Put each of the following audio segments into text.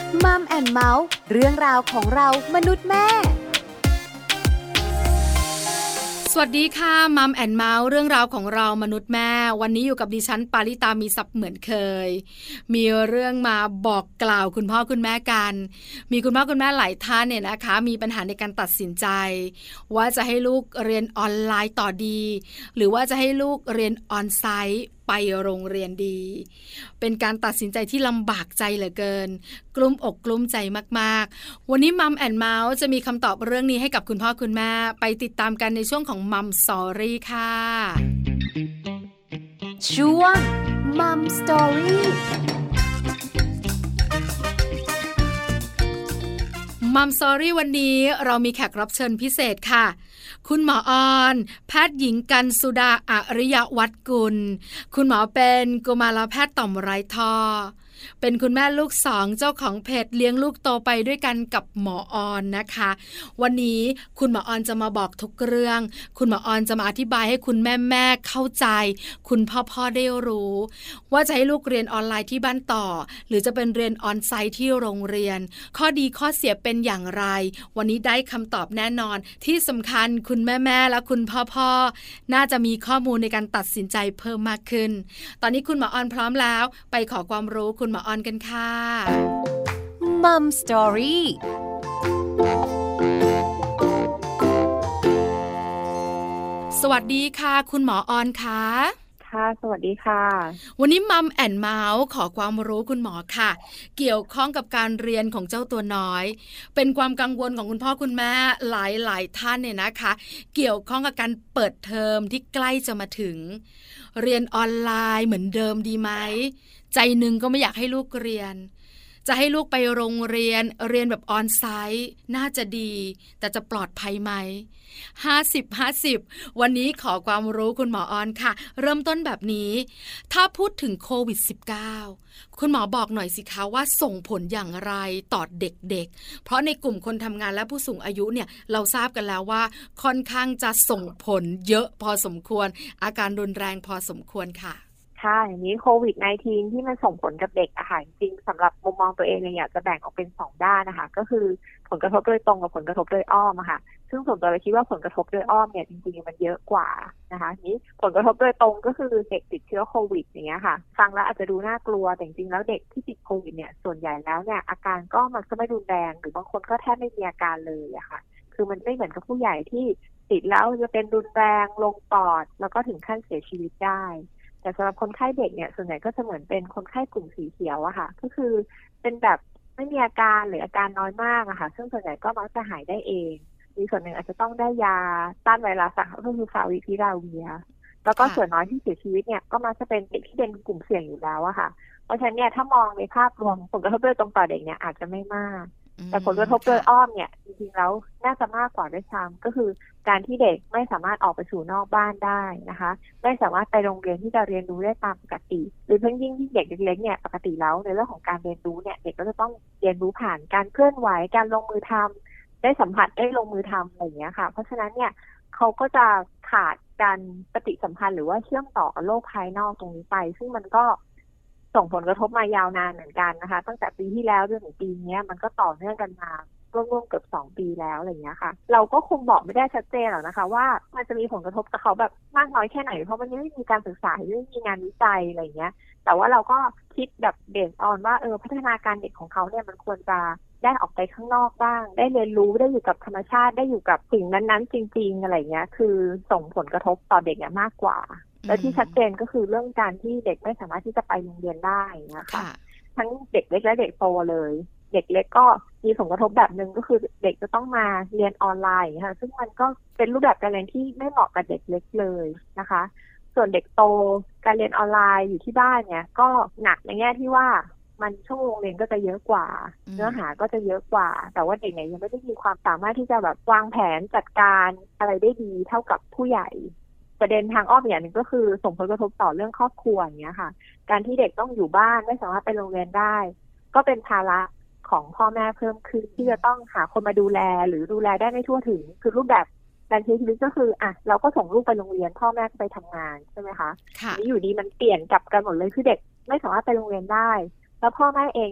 มัมแอนด์เมาส์เรื่องราวของเรามนุษย์แม่สวัสดีค่ะมัมแอนด์เมาส์เรื่องราวของเรามนุษย์แม่วันนี้อยู่กับดิฉันปาริตามีศัพท์เหมือนเคยมีเรื่องมาบอกกล่าวคุณพ่อคุณแม่กันมีคุณพ่อคุณแม่หลายท่านเนี่ยนะคะมีปัญหาในการตัดสินใจว่าจะให้ลูกเรียนออนไลน์ต่อดีหรือว่าจะให้ลูกเรียนออนไซต์ไปโรงเรียนดีเป็นการตัดสินใจที่ลำบากใจเหลือเกินกลุ้มอกกลุ้มใจมากๆวันนี้มัมแอนด์เมาส์จะมีคำตอบเรื่องนี้ให้กับคุณพ่อคุณแม่ไปติดตามกันในช่วงของมัมสอรี่ค่ะช่วงมัมสตอรี่มัมสอรี่วันนี้เรามีแขกรับเชิญพิเศษค่ะคุณหมอออนแพทย์หญิงกันสุดาอริยวัฒน์กุลคุณหมอเป็นกุมารแพทย์ต่อมไร้ท่อเป็นคุณแม่ลูกสองเจ้าของเพจเลี้ยงลูกโตไปด้วยกันกับหมอออนนะคะวันนี้คุณหมอออนจะมาบอกทุกเรื่องคุณหมอออนจะมาอธิบายให้คุณแม่เข้าใจคุณพ่อได้รู้ว่าจะให้ลูกเรียนออนไลน์ที่บ้านต่อหรือจะเป็นเรียนออนไซต์ที่โรงเรียนข้อดีข้อเสียเป็นอย่างไรวันนี้ได้คำตอบแน่นอนที่สำคัญคุณแม่และคุณพ่อน่าจะมีข้อมูลในการตัดสินใจเพิ่มมากขึ้นตอนนี้คุณหมอออนพร้อมแล้วไปขอความรู้คุณหมอออนกันค่ะมัมสตอรี่สวัสดีค่ะคุณหมอออนค่ะค่ะสวัสดีค่ะวันนี้มัมแอนด์เมาส์ขอความรู้คุณหมอค่ะเกี่ยวข้องกับการเรียนของเจ้าตัวน้อยเป็นความกังวลของคุณพ่อคุณแม่หลายท่านเนี่ยนะคะเกี่ยวข้องกับการเปิดเทอมที่ใกล้จะมาถึงเรียนออนไลน์เหมือนเดิมดีไหมใจหนึ่งก็ไม่อยากให้ลูกเรียนจะให้ลูกไปโรงเรียนแบบออนไซต์น่าจะดีแต่จะปลอดภัยไหม50-50วันนี้ขอความรู้คุณหมอออนค่ะเริ่มต้นแบบนี้ถ้าพูดถึงโควิด -19 คุณหมอบอกหน่อยสิคะว่าส่งผลอย่างไรต่อเด็กๆเพราะในกลุ่มคนทำงานและผู้สูงอายุเนี่ยเราทราบกันแล้วว่าค่อนข้างจะส่งผลเยอะพอสมควรอาการรุนแรงพอสมควรค่ะค่ะอย่างนี้โควิด -19 ที่มันส่งผลกับเด็กอะค่ะจริงๆสำหรับมุมมองตัวเองเนี่ยอยากจะแบ่งออกเป็น2ด้านนะคะก็คือผลกระทบโดยตรงกับผลกระทบโดยอ้อมอะค่ะซึ่งส่วนตัวเราคิดว่าผลกระทบโดยอ้อมเนี่ยจริงๆมันเยอะกว่านะคะนี้ผลกระทบโดยตรงก็คือเด็กติดเชื้อโควิดอย่างเงี้ยค่ะฟังแล้วอาจจะดูน่ากลัวแต่จริงๆแล้วเด็กที่ติดโควิดเนี่ยส่วนใหญ่แล้วเนี่ยอาการก็มักจะไม่รุนแรงหรือบางคนก็แทบไม่มีอาการเลยอะค่ะคือมันไม่เหมือนกับผู้ใหญ่ที่ติดแล้วจะเป็นรุนแรงลงปอดแล้วก็ถึงขั้นเสียชีวิตได้แต่สำหรับคนไข้เด็กเนี่ยส่วนใหญ่ก็จะเหมือนเป็นคนไข้กลุ่มสีเขียวอะค่ะก็คือเป็นแบบไม่มีอาการหรืออาการน้อยมากอะค่ะซึ่งส่วนใหญ่ก็มักจะหายได้เองมีส่วนหนึ่งอาจจะต้องได้ยาต้านไวรัสก็คือฟาวิพิราเวียแล้วก็ส่วนน้อยที่เสียชีวิตเนี่ยก็มักจะเป็นเด็กที่เป็นกลุ่มเสี่ยงอยู่แล้วอะค่ะเพราะฉะนั้นเนี่ยถ้ามองในภาพรวมผลกระทบโดยตรงต่อเด็กเนี่ยอาจจะไม่มากแต่ผลกระทบโดยอ้อมเนี่ยจริงๆแล้วน่าจะมากกว่าด้วยซ้ำก็คือการที่เด็กไม่สามารถออกไปสู่นอกบ้านได้นะคะไม่สามารถไปโรงเรียนที่จะเรียนรู้ได้ตามปกติหรือเพิ่งยิ่งที่เด็กเล็กๆเนี่ยปกติแล้วในเรื่องของการเรียนรู้เนี่ยเด็กก็จะต้องเรียนรู้ผ่านการเคลื่อนไหวการลงมือทำได้สัมผัสได้ลงมือทำอะไรอย่างเงี้ยค่ะเพราะฉะนั้นเนี่ยเขาก็จะขาดการปฏิสัมพันธ์หรือว่าเชื่อมต่อกับโลกภายนอกตรงนี้ไปซึ่งมันก็ส่งผลกระทบมายาวนานเหมือนกันนะคะตั้งแต่ปีที่แล้วจนถึงปีนี้มันก็ต่อเนื่องกันมาร่วมเกือบ2 ปีแล้วอะไรอย่างเงี้ยค่ะเราก็คงบอกไม่ได้ชัดเจนหรอกนะคะว่ามันจะมีผลกระทบกับเขาแบบมากน้อยแค่ไหนเพราะมันยังไม่มีการศึกษาไม่มีงานวิจัยอะไรอย่างเงี้ยแต่ว่าเราก็คิดแบบเบสออนว่าพัฒนาการเด็กของเขาเนี่ยมันควรจะได้ออกไปข้างนอกบ้างได้เรียนรู้ได้อยู่กับธรรมชาติได้อยู่กับสิ่งนั้นๆจริงๆอะไรเงี้ยคือส่งผลกระทบต่อเด็กเนี่ยมากกว่าและที่ชัดเจนก็คือเรื่องการที่เด็กไม่สามารถที่จะไปโรงเรียนได้นะคะทั้งเด็กเล็กและเด็กโตเลยเด็กเล็กก็มีผลกระทบแบบนึงก็คือเด็กจะต้องมาเรียนออนไลน์ค่ะซึ่งมันก็เป็นรูปแบบการเรียนที่ไม่เหมาะกับเด็กเล็กเลยนะคะส่วนเด็กโตการเรียนออนไลน์อยู่ที่บ้านเนี่ยก็หนักในแง่ที่ว่ามันชั่วโมงเรียนก็จะเยอะกว่าเนื้อหาก็จะเยอะกว่าแต่ว่าเด็กเนี่ยยังไม่ได้มีความสามารถที่จะแบบวางแผนจัดการอะไรได้ดีเท่ากับผู้ใหญ่ประเด็นทางอ้อมอย่างนึงก็คือส่งผลกระทบต่อเรื่องครอบครัวอย่างเงี้ยค่ะการที่เด็กต้องอยู่บ้านไม่สามารถไปโรงเรียนได้ก็เป็นภาระของพ่อแม่เพิ่มขึ้นที่จะต้องหาคนมาดูแลหรือดูแลได้ไม่ทั่วถึงคือรูปแบบการใช้ชีวิตก็คือเราก็ส่งลูกไปโรงเรียนพ่อแม่ก็ไปทำงานใช่ไหมคะนี่อยู่ดีมันเปลี่ยนกลับกันหมดเลยคือเด็กไม่สามารถไปโรงเรียนได้แล้วพ่อแม่เองเนี่ย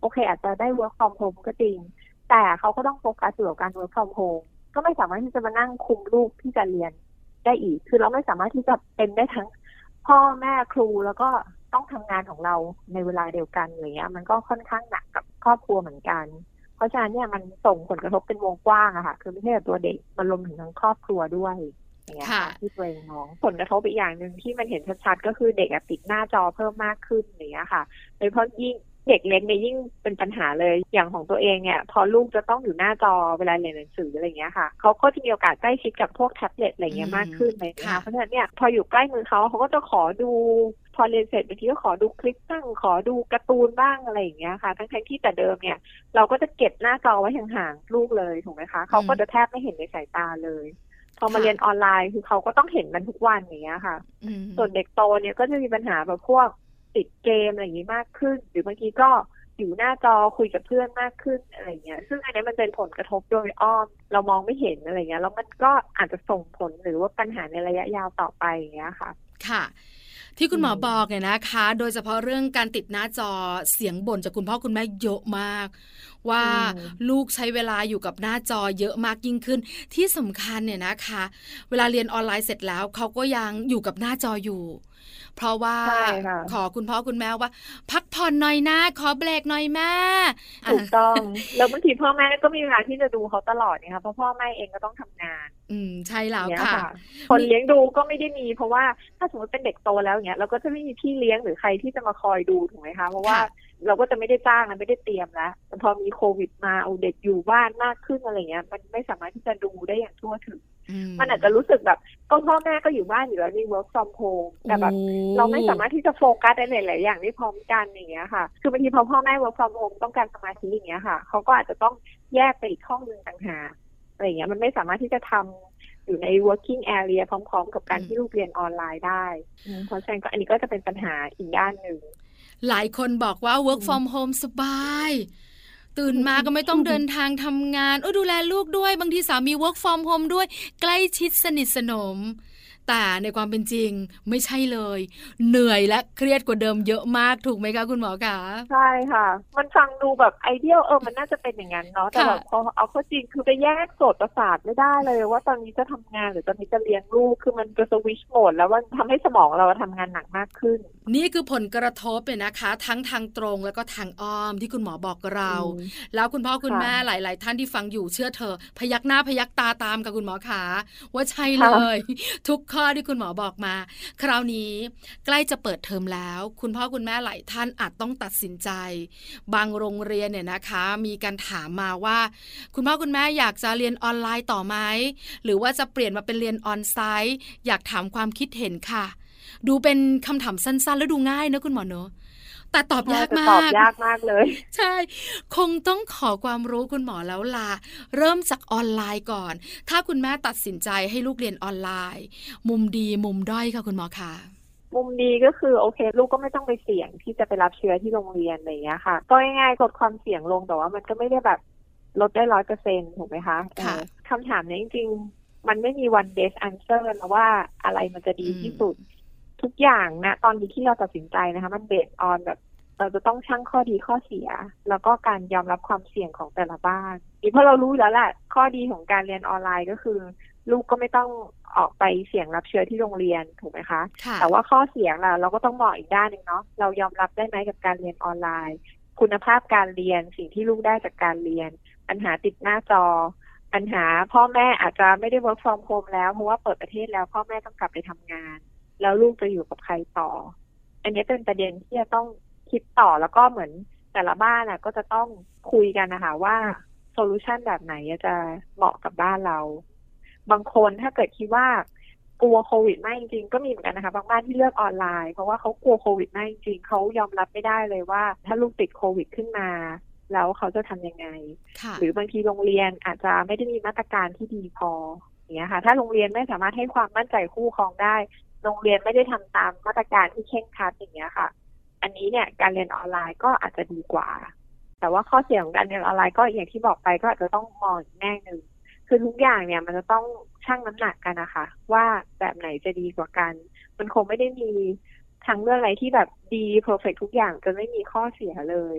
โอเคอาจจะได้ work from home ก็จริงแต่เขาก็ต้องโฟกัสอยู่กับการ work from home ก็ไม่สามารถที่จะมานั่งคุมลูกที่จะเรียนได้อีกคือเราไม่สามารถที่จะเป็นได้ทั้งพ่อแม่ครูแล้วก็ต้องทำงานของเราในเวลาเดียวกันอะไรเงี้ยมันก็ค่อนข้างหนักกับครอบครัวเหมือนกันเพราะฉะนั้นเนี่ยมันส่งผลกระทบเป็นวงกว้างอะค่ะคือไม่ใช่แต่ตัวเด็กมันรวมถึงทั้งครอบครัวด้วยอย่างเงี้ยค่ะที่ตัวเองมองผลกระทบอีกอย่างนึงที่มันเห็นชัดๆก็คือเด็กติดหน้าจอเพิ่มมากขึ้นอย่างเงี้ยค่ะโดยเฉพาะยิ่งเด็กเล็กเนี่ยยิ่งเป็นปัญหาเลยอย่างของตัวเองเนี่ยพอลูกจะต้องอยู่หน้าจอเวลาเรียนหนังสืออะไรเงี้ยค่ะเขาก็จะมีโอกาสใกล้ชิดกับพวกแท็บเล็ตอะไรเงี้ยมากขึ้นเลยนะคะเพราะฉะนั้นเนี่ยพออยู่ใกล้มือเขาก็จะขอดูพอเรียนเสร็จบางทีก็ขอดูคลิปบ้างขอดูการ์ตูนบ้างอะไรอย่างเงี้ยค่ะทั้งที่แต่เดิมเนี่ยเราก็จะเก็บหน้าจอไว้ห่างๆลูกเลยถูกไหมคะเขาก็จะแทบไม่เห็นในสายตาเลยพอมาเรียนออนไลน์คือเขาก็ต้องเห็นมันทุกวันอย่างเงี้ยค่ะส่วนเด็กโตเนี่ยก็จะมีปัญหาแบบพวกติดเกมอะไรอย่างนี้มากขึ้นหรือบางทีก็อยู่หน้าจอคุยกับเพื่อนมากขึ้นอะไรเงี้ยซึ่งอันนี้มันเป็นผลกระทบโดยอ้อมเรามองไม่เห็นอะไรเงี้ยแล้วมันก็อาจจะส่งผลหรือว่าปัญหาในระยะยาวต่อไปอย่างเงี้ยค่ะค่ะที่คุณหมอบอกเนี่ยนะคะโดยเฉพาะเรื่องการติดหน้าจอเสียงบ่นจากคุณพ่อคุณแม่เยอะมากว่าลูกใช้เวลาอยู่กับหน้าจอเยอะมากยิ่งขึ้นที่สำคัญเนี่ยนะคะเวลาเรียนออนไลน์เสร็จแล้วเขาก็ยังอยู่กับหน้าจออยู่เพราะว่าขอคุณพ่อคุณแม่ว่าพักผ่อนหน่อยนะขอเบรกหน่อยแม่ถูกต้องแล้วบางทีพ่อแม่ก็มีเวลาที่จะดูเขาตลอดนะคะเพราะพ่อแม่เองก็ต้องทำงานใช่แล้วค่ะคนเลี้ยงดูก็ไม่ได้มีเพราะว่าถ้าสมมติเป็นเด็กโตแล้วอย่างเงี้ยเราก็จะไม่มีพี่เลี้ยงหรือใครที่จะมาคอยดูถูกไหมคะเพราะว่าเราก็จะไม่ได้จ้างไม่ได้เตรียมแล้วแต่พอมีโควิดมาเอาเด็กอยู่บ้านมากขึ้นอะไรเงี้ยมันไม่สามารถที่จะดูได้อย่างทั่วถึงมันอาจจะรู้สึกแบบก็พ่อแม่ก็อยู่บ้านอยู่แล้วมี work from home แต่แบบเราไม่สามารถที่จะโฟกัสในหลายๆอย่างได้พร้อมกันอย่างเงี้ยค่ะคือบางทีพอพ่อแม่ work from home ต้องการสมาธิอย่างเงี้ยค่ะเขาก็อาจจะต้องแยกไปอีกห้องนึงต่างหากอะไรอย่างเงี้ยมันไม่สามารถที่จะทำอยู่ใน working area พร้อมๆกับการที่ลูกเรียนออนไลน์ได้เพราะฉะนั้นก็อันนี้ก็จะเป็นปัญหาอีกด้านนึงหลายคนบอกว่า work from home สบายตื่นมาก็ไม่ต้องเดินทางทำงานดูแลลูกด้วยบางทีสามี work from home ด้วยใกล้ชิดสนิทสนมแต่ในความเป็นจริงไม่ใช่เลยเหนื่อยและเครียดกว่าเดิมเยอะมากถูกไหมคะคุณหมอคะใช่ค่ะมันฟังดูแบบไอเดียมันน่าจะเป็นอย่างนั้นเนาะแต่แบบพอเอาเข้าจริงคือไปแยกโสตประสาทไม่ได้เลยว่าตอนนี้จะทำงานหรือตอนนี้จะเลี้ยงลูกคือมันจะสวิชโหมดแล้วมันทำให้สมองเราทำงานหนักมากขึ้นนี่คือผลกระทบเนี่ยนะคะทั้งทางตรงแล้วก็ทางอ้อมที่คุณหมอบอกเราแล้วคุณพ่อคุณแม่หลายๆท่านที่ฟังอยู่เชื่อเธอพยักหน้าพยักตาตามกับคุณหมอขาว่าใช่เลยทุกข้อที่คุณหมอบอกมาคราวนี้ใกล้จะเปิดเทอมแล้วคุณพ่อคุณแม่หลายท่านอาจต้องตัดสินใจบางโรงเรียนเนี่ยนะคะมีการถามมาว่าคุณพ่อคุณแม่อยากจะเรียนออนไลน์ต่อไหมหรือว่าจะเปลี่ยนมาเป็นเรียนออนไซต์อยากถามความคิดเห็นค่ะดูเป็นคำถามสั้นๆแล้วดูง่ายนะคุณหมอเนอะแต่ตอบยากมากตอบยากมากเลยใช่คงต้องขอความรู้คุณหมอแล้วล่ะเริ่มจากออนไลน์ก่อนถ้าคุณแม่ตัดสินใจให้ลูกเรียนออนไลน์มุมดีมุมด้อยค่ะคุณหมอคะมุมดีก็คือโอเคลูกก็ไม่ต้องไปเสี่ยงที่จะไปรับเชื้อที่โรงเรียนอะไรอย่างเงี้ยค่ะก็ง่ายๆลดความเสี่ยงลงแต่ว่ามันก็ไม่ได้แบบลดได้ 100% ถูกไหมคะคำถามนี้จริงๆมันไม่มี one best answer นะว่าอะไรมันจะดีที่สุดทุกอย่างนะตอนนี้ที่เราตัดสินใจนะคะมันเบสออนแบบเราจะต้องชั่งข้อดีข้อเสียแล้วก็การยอมรับความเสี่ยงของแต่ละบ้านเพราะเรารู้แล้วแหละข้อดีของการเรียนออนไลน์ก็คือลูกก็ไม่ต้องออกไปเสี่ยงรับเชื้อที่โรงเรียนถูกไหมคะแต่ว่าข้อเสียล่ะเราก็ต้องมองอีกด้านนึงเนาะเรายอมรับได้ไหมกับการเรียนออนไลน์คุณภาพการเรียนสิ่งที่ลูกได้จากการเรียนปัญหาติดหน้าจอปัญหาพ่อแม่อาจจะไม่ได้ work from home แล้วเพราะว่าเปิดประเทศแล้วพ่อแม่ต้องกลับไปทำงานแล้วลูกจะอยู่กับใครต่ออันนี้เป็นประเด็นที่จะต้องคิดต่อแล้วก็เหมือนแต่ละบ้านก็จะต้องคุยกันนะคะว่าโซลูชันแบบไหนจะเหมาะกับบ้านเราบางคนถ้าเกิดคิดว่ากลัวโควิดมากจริงๆก็มีเหมือนกันนะคะบางบ้านที่เลือกออนไลน์เพราะว่าเขากลัวโควิดมากจริงๆเขายอมรับไม่ได้เลยว่าถ้าลูกติดโควิดขึ้นมาแล้วเขาจะทำยังไงหรือบางทีโรงเรียนอาจจะไม่ได้มีมาตรการที่ดีพออย่างเงี้ยค่ะถ้าโรงเรียนไม่สามารถให้ความมั่นใจคู่ครองได้โรงเรียนไม่ได้ทำตามมาตรการที่เคร่งครัดอย่างเงี้ยค่ะอันนี้เนี่ยการเรียนออนไลน์ก็อาจจะดีกว่าแต่ว่าข้อเสียของการเรียนออนไลน์ก็อย่างที่บอกไปก็อาจจะต้องมองอีกแง่นึงคือทุกอย่างเนี่ยมันจะต้องชั่งน้ำหนักกันนะคะว่าแบบไหนจะดีกว่ากันมันคงไม่ได้มีทางเลือกอะไรที่แบบดีเพอร์เฟกต์ทุกอย่างจนไม่มีข้อเสียเลย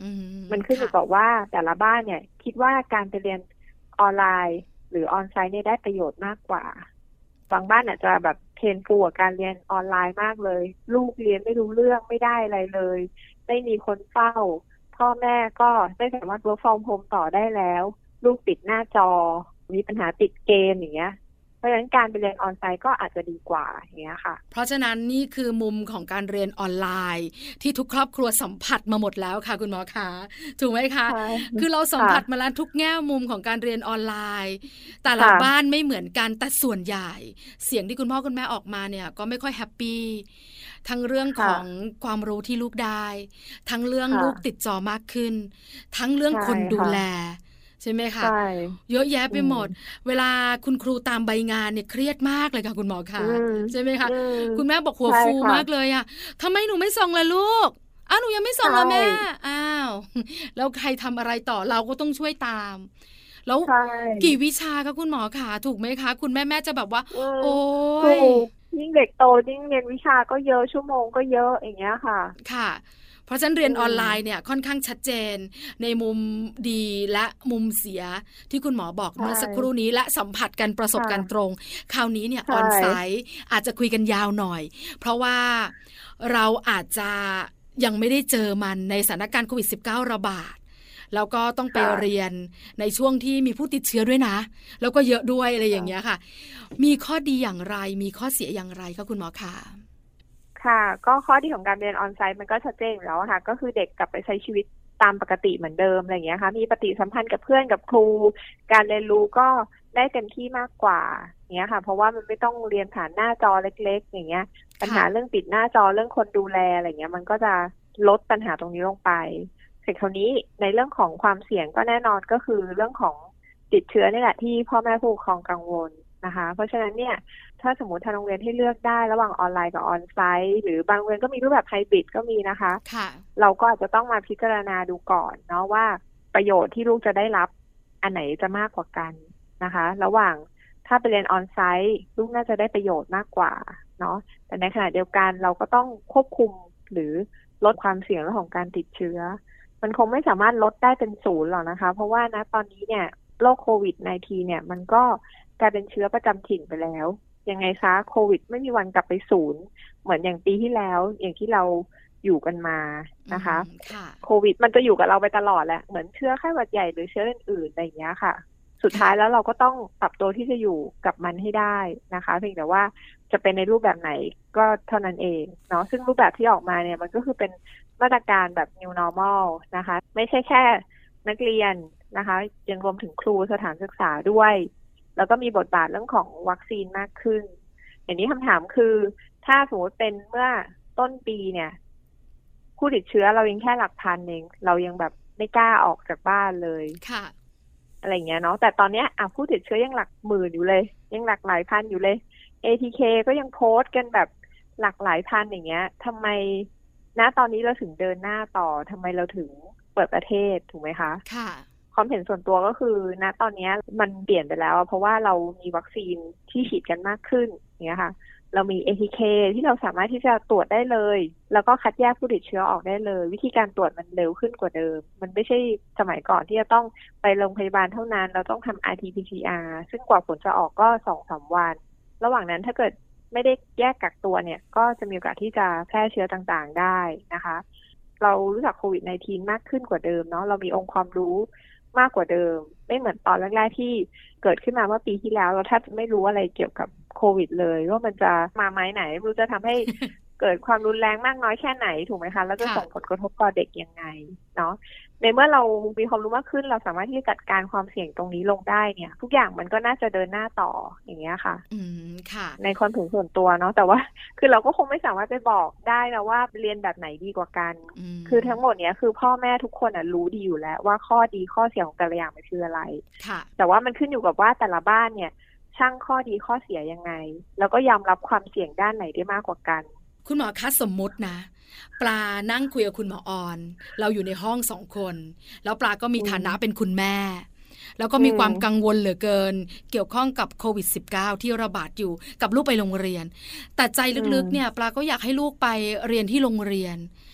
มันขึ้นอยู่กับว่าแต่ละบ้านเนี่ยคิดว่าการไปเรียนออนไลน์หรือออนไซต์เนี่ยได้ประโยชน์มากกว่าบางบ้านอาจจะแบบเทรนฟูกับการเรียนออนไลน์มากเลยลูกเรียนไม่รู้เรื่องไม่ได้อะไรเลยไม่มีคนเฝ้าพ่อแม่ก็ไม่สามารถ work from home ต่อได้แล้วลูกติดหน้าจอมีปัญหาติดเกมอย่างเงี้ยเพราะฉะนั้นการไปเรียนออนไลน์ก็อาจจะดีกว่าอย่างเงี้ยค่ะเพราะฉะนั้นนี่คือมุมของการเรียนออนไลน์ที่ทุกครอบครัวสัมผัสมาหมดแล้วค่ะคุณหมอคะถูกไหมคะคือเราสัมผัสมาแล้วทุกแง่มุมของการเรียนออนไลน์แต่ละบ้านไม่เหมือนกันแต่ส่วนใหญ่เสียงที่คุณพ่อคุณแม่ออกมาเนี่ยก็ไม่ค่อยแฮปปี้ทั้งเรื่องของความรู้ที่ลูกได้ทั้งเรื่องลูกติดจอมากขึ้นทั้งเรื่องคนดูแลใช่ไหมคะเยอะแยะไปหมดเวลาคุณครูตามใบงานเนี่ยเครียดมากเลยค่ะคุณหมอคะใช่ไหมคะคุณแม่บอกหัวฟูมากเลยอะทำไมหนูไม่ส่งล่ะลูกหนูยังไม่ส่งละแม่แล้วใครทำอะไรต่อเราก็ต้องช่วยตามแล้วกี่วิชาคะคุณหมอคะถูกไหมคะคุณแม่จะแบบว่าโอ้ยยิ่งเด็กโตยิ่งเรียนวิชาก็เยอะชั่วโมงก็เยอะอย่างเงี้ยค่ะค่ะเพราะฉะนั้นเรียนออนไลน์เนี่ยค่อนข้างชัดเจนในมุมดีและมุมเสียที่คุณหมอบอกเมื่อสักครู่นี้และสัมผัสกันประสบการณ์ตรงคราวนี้เนี่ยออนไซต์อาจจะคุยกันยาวหน่อยเพราะว่าเราอาจจะยังไม่ได้เจอมันในสถานการณ์โควิด -19 ระบาดแล้วก็ต้องไปเรียนในช่วงที่มีผู้ติดเชื้อด้วยนะแล้วก็เยอะด้วยอะไรอย่างเงี้ยค่ะมีข้อดีอย่างไรมีข้อเสียอย่างไรคะคุณหมอคะค่ะก็ข้อดีของการเรียนออนไลน์มันก็ชัดเจนอยู่แล้วค่ะก็คือเด็กกลับไปใช้ชีวิตตามปกติเหมือนเดิมอะไรอย่างเงี้ยค่ะมีปฏิสัมพันธ์กับเพื่อนกับครูการเรียนรู้ก็ได้เต็มที่มากกว่าอย่างเงี้ยค่ะเพราะว่ามันไม่ต้องเรียนผ่านหน้าจอเล็กๆอย่างเงี้ยปัญหาเรื่องปิดหน้าจอเรื่องคนดูแลอะไรเงี้ยมันก็จะลดปัญหาตรงนี้ลงไปเสร็จคราวนี้ในเรื่องของความเสี่ยงก็แน่นอนก็คือเรื่องของติดเชื้อนี่แหละที่พ่อแม่ผู้ปกครองกังวลนะคะเพราะฉะนั้นเนี่ยถ้าสมมติทางโรงเรียนให้เลือกได้ระหว่างออนไลน์กับออนไซต์หรือบางโรงเรียนก็มีรูปแบบไฮบริดก็มีนะคะเราก็อาจจะต้องมาพิจารณาดูก่อนเนาะว่าประโยชน์ที่ลูกจะได้รับอันไหนจะมากกว่ากันนะคะระหว่างถ้าไปเรียนออนไซต์ลูกน่าจะได้ประโยชน์มากกว่าเนาะแต่ในขณะเดียวกันเราก็ต้องควบคุมหรือลดความเสี่ยงเรื่องของการติดเชื้อมันคงไม่สามารถลดได้เป็นศูนย์หรอกนะคะเพราะว่าณตอนนี้เนี่ยโรคโควิด -19 เนี่ยมันก็กลายเป็นเชื้อประจำถิ่นไปแล้วยังไงคะโควิดไม่มีวันกลับไปศูนย์เหมือนอย่างปีที่แล้วอย่างที่เราอยู่กันมานะคะโควิดมันจะอยู่กับเราไปตลอดแหละเหมือนเชื้อไข้หวัดใหญ่หรือเชื้ออื่นๆอะไรอย่างเงี้ยค่ะสุดท้ายแล้วเราก็ต้องปรับตัวที่จะอยู่กับมันให้ได้นะคะเพียงแต่ว่าจะเป็นในรูปแบบไหนก็เท่านั้นเองเนาะซึ่งรูปแบบที่ออกมาเนี่ยมันก็คือเป็นมาตรการแบบ new normal นะคะไม่ใช่แค่นักเรียนนะคะยังรวมถึงครูสถานศึกษาด้วยแล้วก็มีบทบาทเรื่องของวัคซีนมากขึ้นอย่างนี้คำถามคือถ้าสมมติเป็นเมื่อต้นปีเนี่ยผู้ติดเชื้อเรายังแค่หลักพันเองเรายังแบบไม่กล้าออกจากบ้านเลยค่ะอะไรเงี้ยเนาะแต่ตอนนี้ผู้ติดเชื้อยังหลักหมื่นอยู่เลยยังหลักหลายพันอยู่เลย ATK ก็ยังโพสต์กันแบบหลักหลายพันอย่างเงี้ยทำไมณตอนนี้เราถึงเดินหน้าต่อทำไมเราถึงเปิดประเทศถูกไหมคะค่ะความเห็นส่วนตัวก็คือณตอนนี้มันเปลี่ยนไปแล้วเพราะว่าเรามีวัคซีนที่ฉีดกันมากขึ้นอย่างเงี้ยค่ะเรามี ATK ที่เราสามารถที่จะตรวจได้เลยแล้วก็คัดแยกผู้ติดเชื้อออกได้เลยวิธีการตรวจมันเร็วขึ้นกว่าเดิมมันไม่ใช่สมัยก่อนที่จะต้องไปโรงพยาบาลเท่านั้นเราต้องทำ RT-PCR ซึ่งกว่าผลจะออกก็ 2-3 วันระหว่างนั้นถ้าเกิดไม่ได้แยกกักตัวเนี่ยก็จะมีโอกาสที่จะแพร่เชื้อต่างๆได้นะคะเรารู้จักโควิด -19 มากขึ้นกว่าเดิมเนาะเรามีองค์ความรู้มากกว่าเดิมไม่เหมือนตอนแรกๆที่เกิดขึ้นมาเมื่อปีที่แล้วเราแทบจะไม่รู้อะไรเกี่ยวกับโควิดเลยว่ามันจะมาไหมไหนไม่รู้จะทำให้เกิดความรุนแรงมากน้อยแค่ไหนถูกไหมคะแล้วจะส่งผลกระทบต่อเด็กยังไงเนาะในเมื่อเรามีความรู้มากขึ้นเราสามารถที่จะจัดการความเสี่ยงตรงนี้ลงได้เนี่ยทุกอย่างมันก็น่าจะเดินหน้าต่ออย่างเงี้ยค่ะค่ะในความเห็นส่วนตัวเนาะแต่ว่าคือเราก็คงไม่สามารถไปบอกได้นะว่าเรียนแบบไหนดีกว่ากันคือทั้งหมดเนี้ยคือพ่อแม่ทุกคนรู้ดีอยู่แล้วว่าข้อดีข้อเสียของแต่ละอย่างมันคืออะไรแต่ว่ามันขึ้นอยู่กับว่าแต่ละบ้านเนี่ยช่างข้อดีข้อเสียยังไงแล้วก็ยอมรับความเสี่ยงด้านไหนได้มากกว่ากันคุณหมอคะสมมุตินะปลานั่งคุยกับคุณหมอออนเราอยู่ในห้อง2 คนแล้วปลาก็มีฐานะเป็นคุณแม่แล้วก็มีความกังวลเหลือเกินเกี่ยวข้องกับโควิด -19 ที่ระบาดอยู่กับลูกไปโรงเรียนแต่ใจลึกๆเนี่ยปลาก็อยากให้ลูกไปเรียนที่โรงเรียน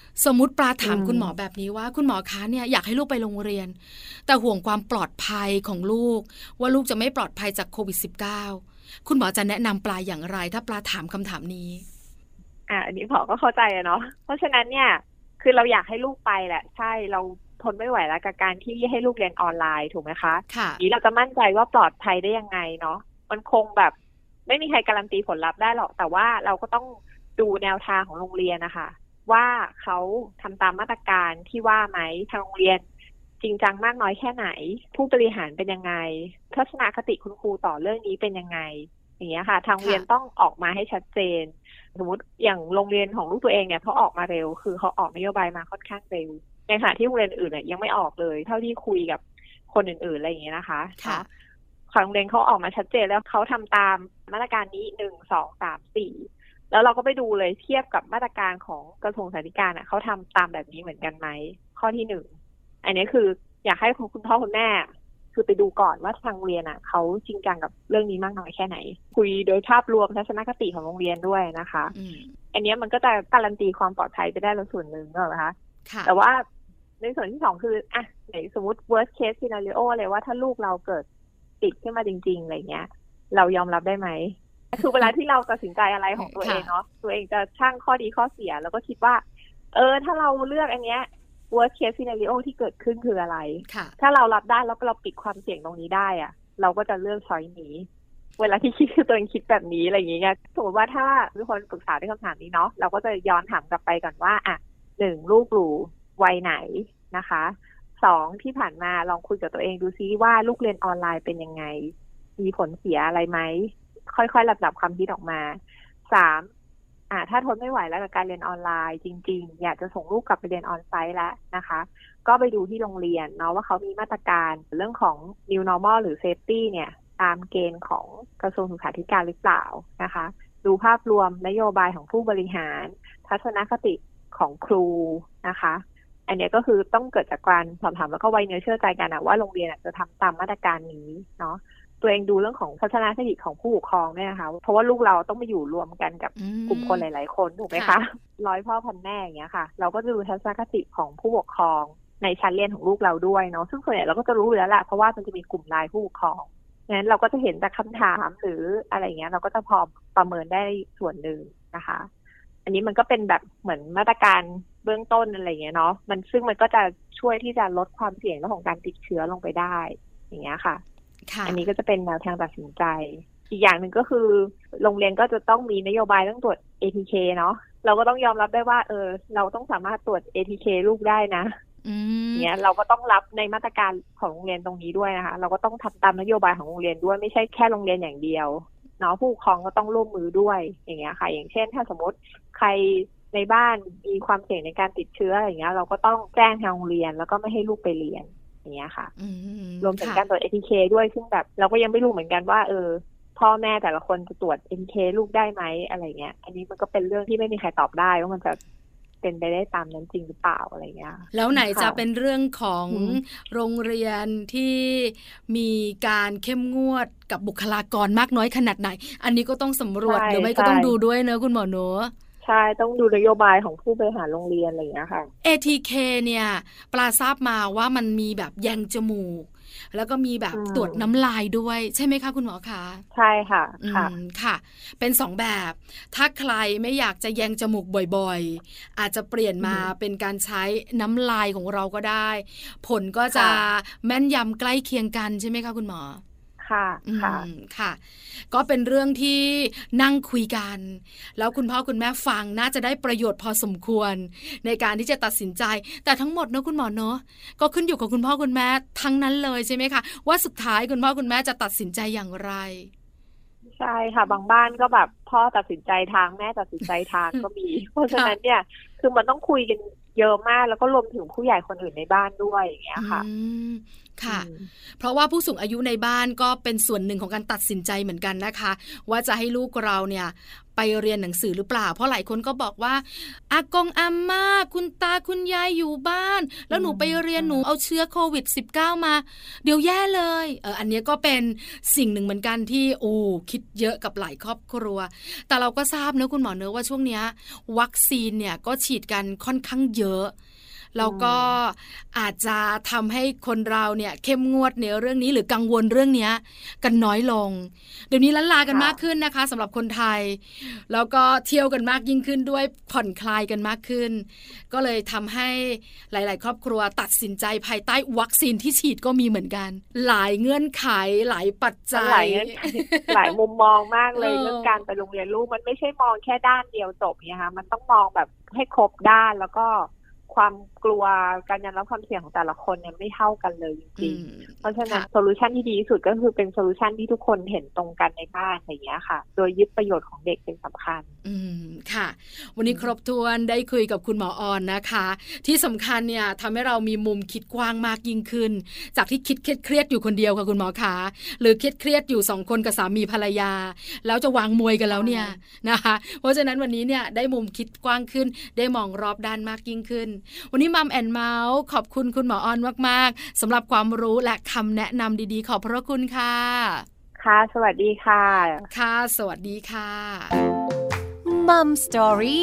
สมมุติปลาถามคุณหมอแบบนี้ว่าคุณหมอคะเนี่ยอยากให้ลูกไปโรงเรียนแต่ห่วงความปลอดภัยของลูกว่าลูกจะไม่ปลอดภัยจากโควิด -19 คุณหมอจะแนะนำปลาอย่างไรถ้าปลาถามคำถามนี้อันนี้พอก็เข้าใจเนาะเพราะฉะนั้นเนี่ยคือเราอยากให้ลูกไปแหละใช่เราทนไม่ไหวแล้วกับการที่ให้ลูกเรียนออนไลน์ถูกไหมคะนี้เราจะมั่นใจว่าปลอดภัยได้ยังไงเนาะมันคงแบบไม่มีใครการันตีผลลัพธ์ได้หรอกแต่ว่าเราก็ต้องดูแนวทางของโรงเรียนนะคะว่าเขาทำตามมาตรการที่ว่าไหมทางโรงเรียนจริงจังมากน้อยแค่ไหนผู้บริหารเป็นยังไงทัศนคติคุณครูต่อเรื่องนี้เป็นยังไงอย่างเงี้ยค่ะทางเรียนต้องออกมาให้ชัดเจนสมมติอย่างโรงเรียนของลูกตัวเองเนี่ยเขาออกมาเร็วคือเขาออกนโยบายมาค่อนข้างเร็วในขณะที่โรงเรียนอื่นเนี่ยยังไม่ออกเลยเท่าที่คุยกับคนอื่นๆอะไรอย่างเงี้ยนะคะของโรงเรียนเขาออกมาชัดเจนแล้วเขาทำตามมาตรการนี้1 2 3 4แล้วเราก็ไปดูเลยเทียบกับมาตรการของกระทรวงศึกษาธิการเขาทำตามแบบนี้เหมือนกันไหมข้อที่1อันนี้คืออยากให้คุณพ่อคุณแม่คือไปดูก่อนว่าทางโรงเรียนเขาจริงจังกับเรื่องนี้มากน้อยแค่ไหนคุยโดยภาพรวมทัศนคติของโรงเรียนด้วยนะคะอันนี้มันก็จะการันตีความปลอดภัยไปได้แล้วส่วนหนึ่งนะคะแต่ว่าในส่วนที่2คือไหนสมมติ worst case scenario เลยว่าถ้าลูกเราเกิดติดขึ้นมาจริงๆอะไรเงี้ยเรายอมรับได้ไหมคือเวลาที่เราตัดสินใจอะไรของตัวเองเนาะตัวเองจะชั่งข้อดีข้อเสียแล้วก็คิดว่าถ้าเราเลือกอันเนี้ยworst case scenario ที่เกิดขึ้นคืออะไรถ้าเรารับได้แล้วเราปิดความเสี่ยงตรงนี้ได้เราก็จะเลือกช้อยนี้เวลาที่คิดคือตัวเองคิดแบบนี้อะไรอย่างเงี้ยสมมติว่าถ้าทุกคนปรึกษาด้วยคำถามนี้เนาะเราก็จะย้อนถามกลับไปก่อนว่า1ลูกอยู่วัยไหนนะคะ2ที่ผ่านมาลองคุยกับตัวเองดูซิว่าลูกเรียนออนไลน์เป็นยังไงมีผลเสียอะไรไหมค่อยๆลำดับความคิดออกมา3ถ้าทนไม่ไหวแล้วกับการเรียนออนไลน์จริงๆอยากจะส่งลูกกลับไปเรียนออนไซต์แล้วนะคะก็ไปดูที่โรงเรียนเนาะว่าเขามีมาตรการเรื่องของ New Normal หรือ Safety เนี่ยตามเกณฑ์ของกระทรวงศึกษาธิการหรือเปล่านะคะดูภาพรวมนโยบายของผู้บริหารทัศนคติของครูนะคะอันนี้ก็คือต้องเกิดจากการสอบถามแล้วก็ไว้เนื้อเชื่อใจกันว่าโรงเรียนจะทำตามมาตรการนี้เนาะตัวเองดูเรื่องของทัศนคติของผู้ปกครองเนี่ยนะคะเพราะว่าลูกเราต้องมาอยู่รวมกันกับกลุ่มคนหลายๆคนถูกไหมคะ100 พ่อพันแม่อย่างเงี้ยค่ะเราก็จะดูทัศนคติของผู้ปกครองในชั้นเรียนของลูกเราด้วยเนาะซึ่งส่วนใหญ่เราก็จะรู้อยู่แล้วแหละเพราะว่ามันจะมีกลุ่มไลน์ผู้ปกครองงั้นเราก็จะเห็นจากคำถามหรืออะไรเงี้ยเราก็จะพอประเมินได้ส่วนหนึ่งนะคะอันนี้มันก็เป็นแบบเหมือนมาตรการเบื้องต้นอะไรเงี้ยเนาะซึ่งมันก็จะช่วยที่จะลดความเสี่ยงเรื่องของการติดเชื้อลงไปได้อย่างเงี้ยค่ะอันนี้ก็จะเป็นแนวทางตัดสินใจอีกอย่างหนึ่งก็คือโรงเรียนก็จะต้องมีนโยบายเรื่องตรวจ ATK เนาะเราก็ต้องยอมรับได้ว่าเราต้องสามารถตรวจ ATK ลูกได้นะเนี้ยเราก็ต้องรับในมาตรการของโรงเรียนตรงนี้ด้วยนะคะเราก็ต้องทำตามนโยบายของโรงเรียนด้วยไม่ใช่แค่โรงเรียนอย่างเดียวเนาะผู้ปกครองก็ต้องร่วมมือด้วยอย่างเงี้ยค่ะอย่างเช่นถ้าสมมติใครในบ้านมีความเสี่ยงในการติดเชื้ออย่างเงี้ยเราก็ต้องแจ้งทางโรงเรียนแล้วก็ไม่ให้ลูกไปเรียนอย่างเงี้ยค่ะรวมถึงการตรวจ ATK ด้วยซึ่งแบบเราก็ยังไม่รู้เหมือนกันว่าพ่อแม่แต่ละคนจะตรวจ ATK ลูกได้ไหมอะไรเงี้ยอันนี้มันก็เป็นเรื่องที่ไม่มีใครตอบได้ว่ามันจะเป็นไปได้ตามนั้นจริงหรือเปล่าอะไรเงี้ยแล้วไหนจะเป็นเรื่องของโรงเรียนที่มีการเข้มงวดกับบุคลากรมากน้อยขนาดไหนอันนี้ก็ต้องสำรวจหรือไม่ก็ต้องดูด้วยเนอะคุณหมอเนอะใช่ต้องดูนโยบายของผู้บริหารโรงเรียนอะไรอย่างเงี้ยค่ะ ATK เนี่ยปลาทราบมาว่ามันมีแบบแยงจมูกแล้วก็มีแบบตรวจน้ำลายด้วยใช่ไหมคะคุณหมอคะใช่ค่ะค่ะเป็น2แบบถ้าใครไม่อยากจะแยงจมูกบ่อยๆอาจจะเปลี่ยนมาเป็นการใช้น้ำลายของเราก็ได้ผลก็จะแม่นยำใกล้เคียงกันใช่ไหมคะคุณหมอค่ะก็เป็นเรื่องที่นั่งคุยกันแล้วคุณพ่อคุณแม่ฟังน่าจะได้ประโยชน์พอสมควรในการที่จะตัดสินใจแต่ทั้งหมดเนอะคุณหมอเนอะก็ขึ้นอยู่กับคุณพ่อคุณแม่ทั้งนั้นเลยใช่ไหมคะว่าสุดท้ายคุณพ่อคุณแม่จะตัดสินใจอย่างไรใช่ค่ะบางบ้านก็แบบพ่อตัดสินใจทางแม่ตัดสินใจทางก็มี เพราะฉะนั้นเนี่ยคือมันต้องคุยกันเยอะมากแล้วก็รวมถึงผู้ใหญ่คนอื่นในบ้านด้วยอย่างเงี้ยค่ะค่ะเพราะว่าผู้สูงอายุในบ้านก็เป็นส่วนหนึ่งของการตัดสินใจเหมือนกันนะคะว่าจะให้ลูกเราเนี่ยไปไปเรียนหนังสือหรือเปล่าเพราะหลายคนก็บอกว่าอากงอาม่าคุณตาคุณยายอยู่บ้านแล้วหนูไปเรียนหนูเอาเชื้อโควิด -19 มาเดี๋ยวแย่เลยอันนี้ก็เป็นสิ่งหนึ่งเหมือนกันที่คิดเยอะกับหลายครอบครัวแต่เราก็ทราบนะคุณหมอเนอะว่าช่วงนี้วัคซีนเนี่ยก็ฉีดกันค่อนข้างเยอะแล้วก็อาจจะทำให้คนเราเนี่ยเข้มงวดในเรื่องนี้หรือกังวลเรื่องนี้กันน้อยลงเดี๋ยวนี้ล้านลากันมากขึ้นนะคะสำหรับคนไทยแล้วก็เที่ยวกันมากยิ่งขึ้นด้วยผ่อนคลายกันมากขึ้นก็เลยทำให้หลายๆครอบครัวตัดสินใจภายใต้วัคซีนที่ฉีดก็มีเหมือนกันหลายเงื่อนไขหลายปัจจัยหลายมุมมองมากเลยเรื่องการไปโรงเรียนลูกมันไม่ใช่มองแค่ด้านเดียวจบเนี่ยค่ะมันต้องมองแบบให้ครบด้านแล้วก็ความกลัวการยอมรับความเสี่ยงของแต่ละคนเนี่ยไม่เท่ากันเลยจริงๆเพราะฉะนั้นโซลูชันที่ดีที่สุดก็คือเป็นโซลูชันที่ทุกคนเห็นตรงกันในบ้านอย่างเงี้ยค่ะโดยยึดประโยชน์ของเด็กเป็นสำคัญค่ะวันนี้ครบถ้วนได้คุยกับคุณหมอออนนะคะที่สำคัญเนี่ยทำให้เรามีมุมคิดกว้างมากยิ่งขึ้นจากที่คิดเครียดอยู่คนเดียวค่ะคุณหมอคะหรือเครียดอยู่2คนกับสามีภรรยาแล้วจะวางมวยกันแล้วเนี่ยนะคะเพราะฉะนั้นวันนี้เนี่ยได้มุมคิดกว้างขึ้นได้มองรอบด้านมากยิ่งขึ้นวันนี้มัมแอนด์เมาส์ขอบคุณคุณหมอออนมากๆสำหรับความรู้และคำแนะนำดีๆขอบพระคุณค่ะค่ะสวัสดีค่ะค่ะสวัสดีค่ะมัมสตอรี่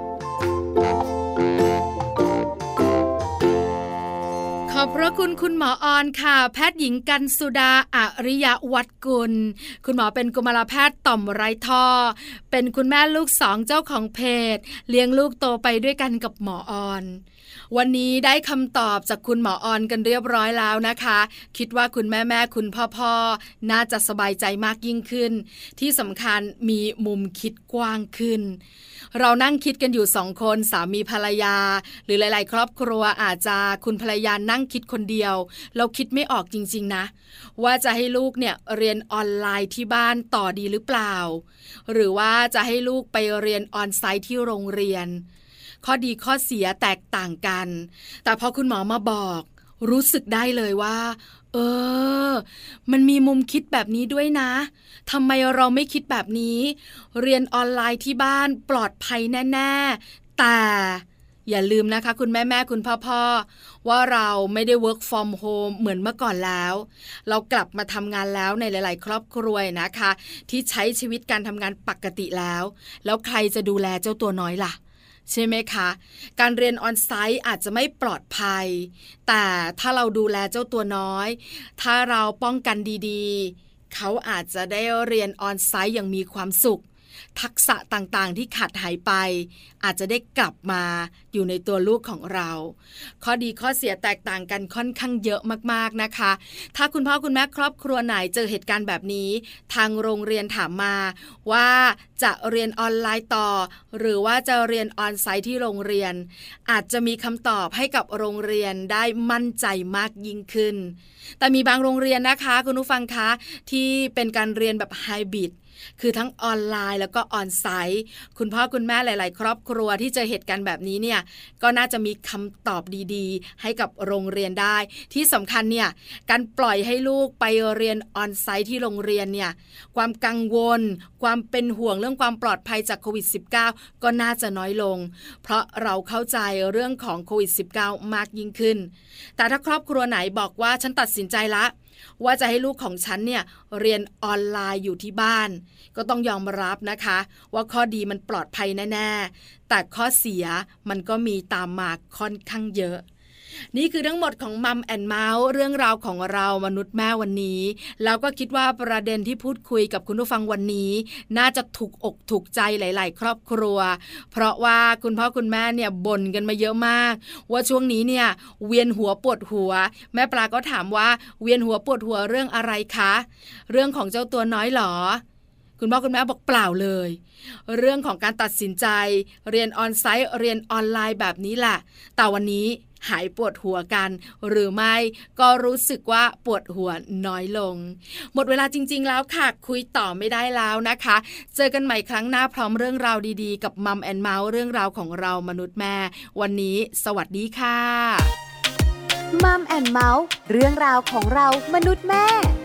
ขอบพระคุณคุณหมอออนค่ะแพทย์หญิงกันสุดาอริยวัฒน์กุลคุณหมอเป็นกุมารแพทย์ต่อมไร้ท่อเป็นคุณแม่ลูก2เจ้าของเพจเลี้ยงลูกโตไปด้วยกันกับหมอออนวันนี้ได้คำตอบจากคุณหมอออนกันเรียบร้อยแล้วนะคะคิดว่าคุณแม่คุณพ่อน่าจะสบายใจมากยิ่งขึ้นที่สำคัญมีมุมคิดกว้างขึ้นเรานั่งคิดกันอยู่2คนสามีภรรยาหรือหลายๆครอบครัวอาจจะคุณภรรยานั่งคิดคนเดียวเราคิดไม่ออกจริงๆนะว่าจะให้ลูกเนี่ยเรียนออนไลน์ที่บ้านต่อดีหรือเปล่าหรือว่าจะให้ลูกไปเรียนออนไซต์ที่โรงเรียนข้อดีข้อเสียแตกต่างกันแต่พอคุณหมอมาบอกรู้สึกได้เลยว่ามันมีมุมคิดแบบนี้ด้วยนะทำไมเราไม่คิดแบบนี้เรียนออนไลน์ที่บ้านปลอดภัยแน่ๆแต่อย่าลืมนะคะคุณแม่คุณพ่อว่าเราไม่ได้ work from home เหมือนเมื่อก่อนแล้วเรากลับมาทำงานแล้วในหลายๆครอบครัวนะคะที่ใช้ชีวิตการทำงานปกติแล้วใครจะดูแลเจ้าตัวน้อยล่ะใช่ไหมคะการเรียนออนไซต์อาจจะไม่ปลอดภัยแต่ถ้าเราดูแลเจ้าตัวน้อยถ้าเราป้องกันดีๆเขาอาจจะได้เรียนออนไซต์อย่างมีความสุขทักษะต่างๆที่ขาดหายไปอาจจะได้กลับมาอยู่ในตัวลูกของเราข้อดีข้อเสียแตกต่างกันค่อนข้างเยอะมากๆนะคะถ้าคุณพ่อคุณแม่ครอบครัวไหนเจอเหตุการณ์แบบนี้ทางโรงเรียนถามมาว่าจะเรียนออนไลน์ต่อหรือว่าจะเรียนออนไซต์ที่โรงเรียนอาจจะมีคำตอบให้กับโรงเรียนได้มั่นใจมากยิ่งขึ้นแต่มีบางโรงเรียนนะคะคุณผู้ฟังคะที่เป็นการเรียนแบบไฮบริดคือทั้งออนไลน์แล้วก็ออนไซต์คุณพ่อคุณแม่หลายๆครอบครัวที่เจอเหตุการณ์แบบนี้เนี่ยก็น่าจะมีคำตอบดีๆให้กับโรงเรียนได้ที่สำคัญเนี่ยการปล่อยให้ลูกไปเรียนออนไซต์ที่โรงเรียนเนี่ยความกังวลความเป็นห่วงเรื่องความปลอดภัยจากโควิด -19 ก็น่าจะน้อยลงเพราะเราเข้าใจเรื่องของโควิด -19 มากยิ่งขึ้นแต่ถ้าครอบครัวไหนบอกว่าฉันตัดสินใจละว่าจะให้ลูกของฉันเนี่ยเรียนออนไลน์อยู่ที่บ้านก็ต้องยอมรับนะคะว่าข้อดีมันปลอดภัยแน่ๆแต่ข้อเสียมันก็มีตามมาค่อนข้างเยอะนี่คือทั้งหมดของมัมแอนด์เมาส์เรื่องราวของเรามนุษย์แม่วันนี้แล้วก็คิดว่าประเด็นที่พูดคุยกับคุณผู้ฟังวันนี้น่าจะถูกอกถูกใจหลายๆครอบครัวเพราะว่าคุณพ่อคุณแม่เนี่ยบ่นกันมาเยอะมากว่าช่วงนี้เนี่ยเวียนหัวปวดหัวแม่ปลาก็ถามว่าเวียนหัวปวดหัวเรื่องอะไรคะเรื่องของเจ้าตัวน้อยหรอคุณพ่อคุณแม่บอกเปล่าเลยเรื่องของการตัดสินใจเรียนออนไซต์เรียนออนไลน์แบบนี้แหละแต่วันนี้หายปวดหัวกันหรือไม่ก็รู้สึกว่าปวดหัวน้อยลงหมดเวลาจริงๆแล้วค่ะคุยต่อไม่ได้แล้วนะคะเจอกันใหม่ครั้งหน้าพร้อมเรื่องราวดีๆกับมัมแอนด์เมาส์เรื่องราวของเรามนุษย์แม่วันนี้สวัสดีค่ะมัมแอนด์เมาส์เรื่องราวของเรามนุษย์แม่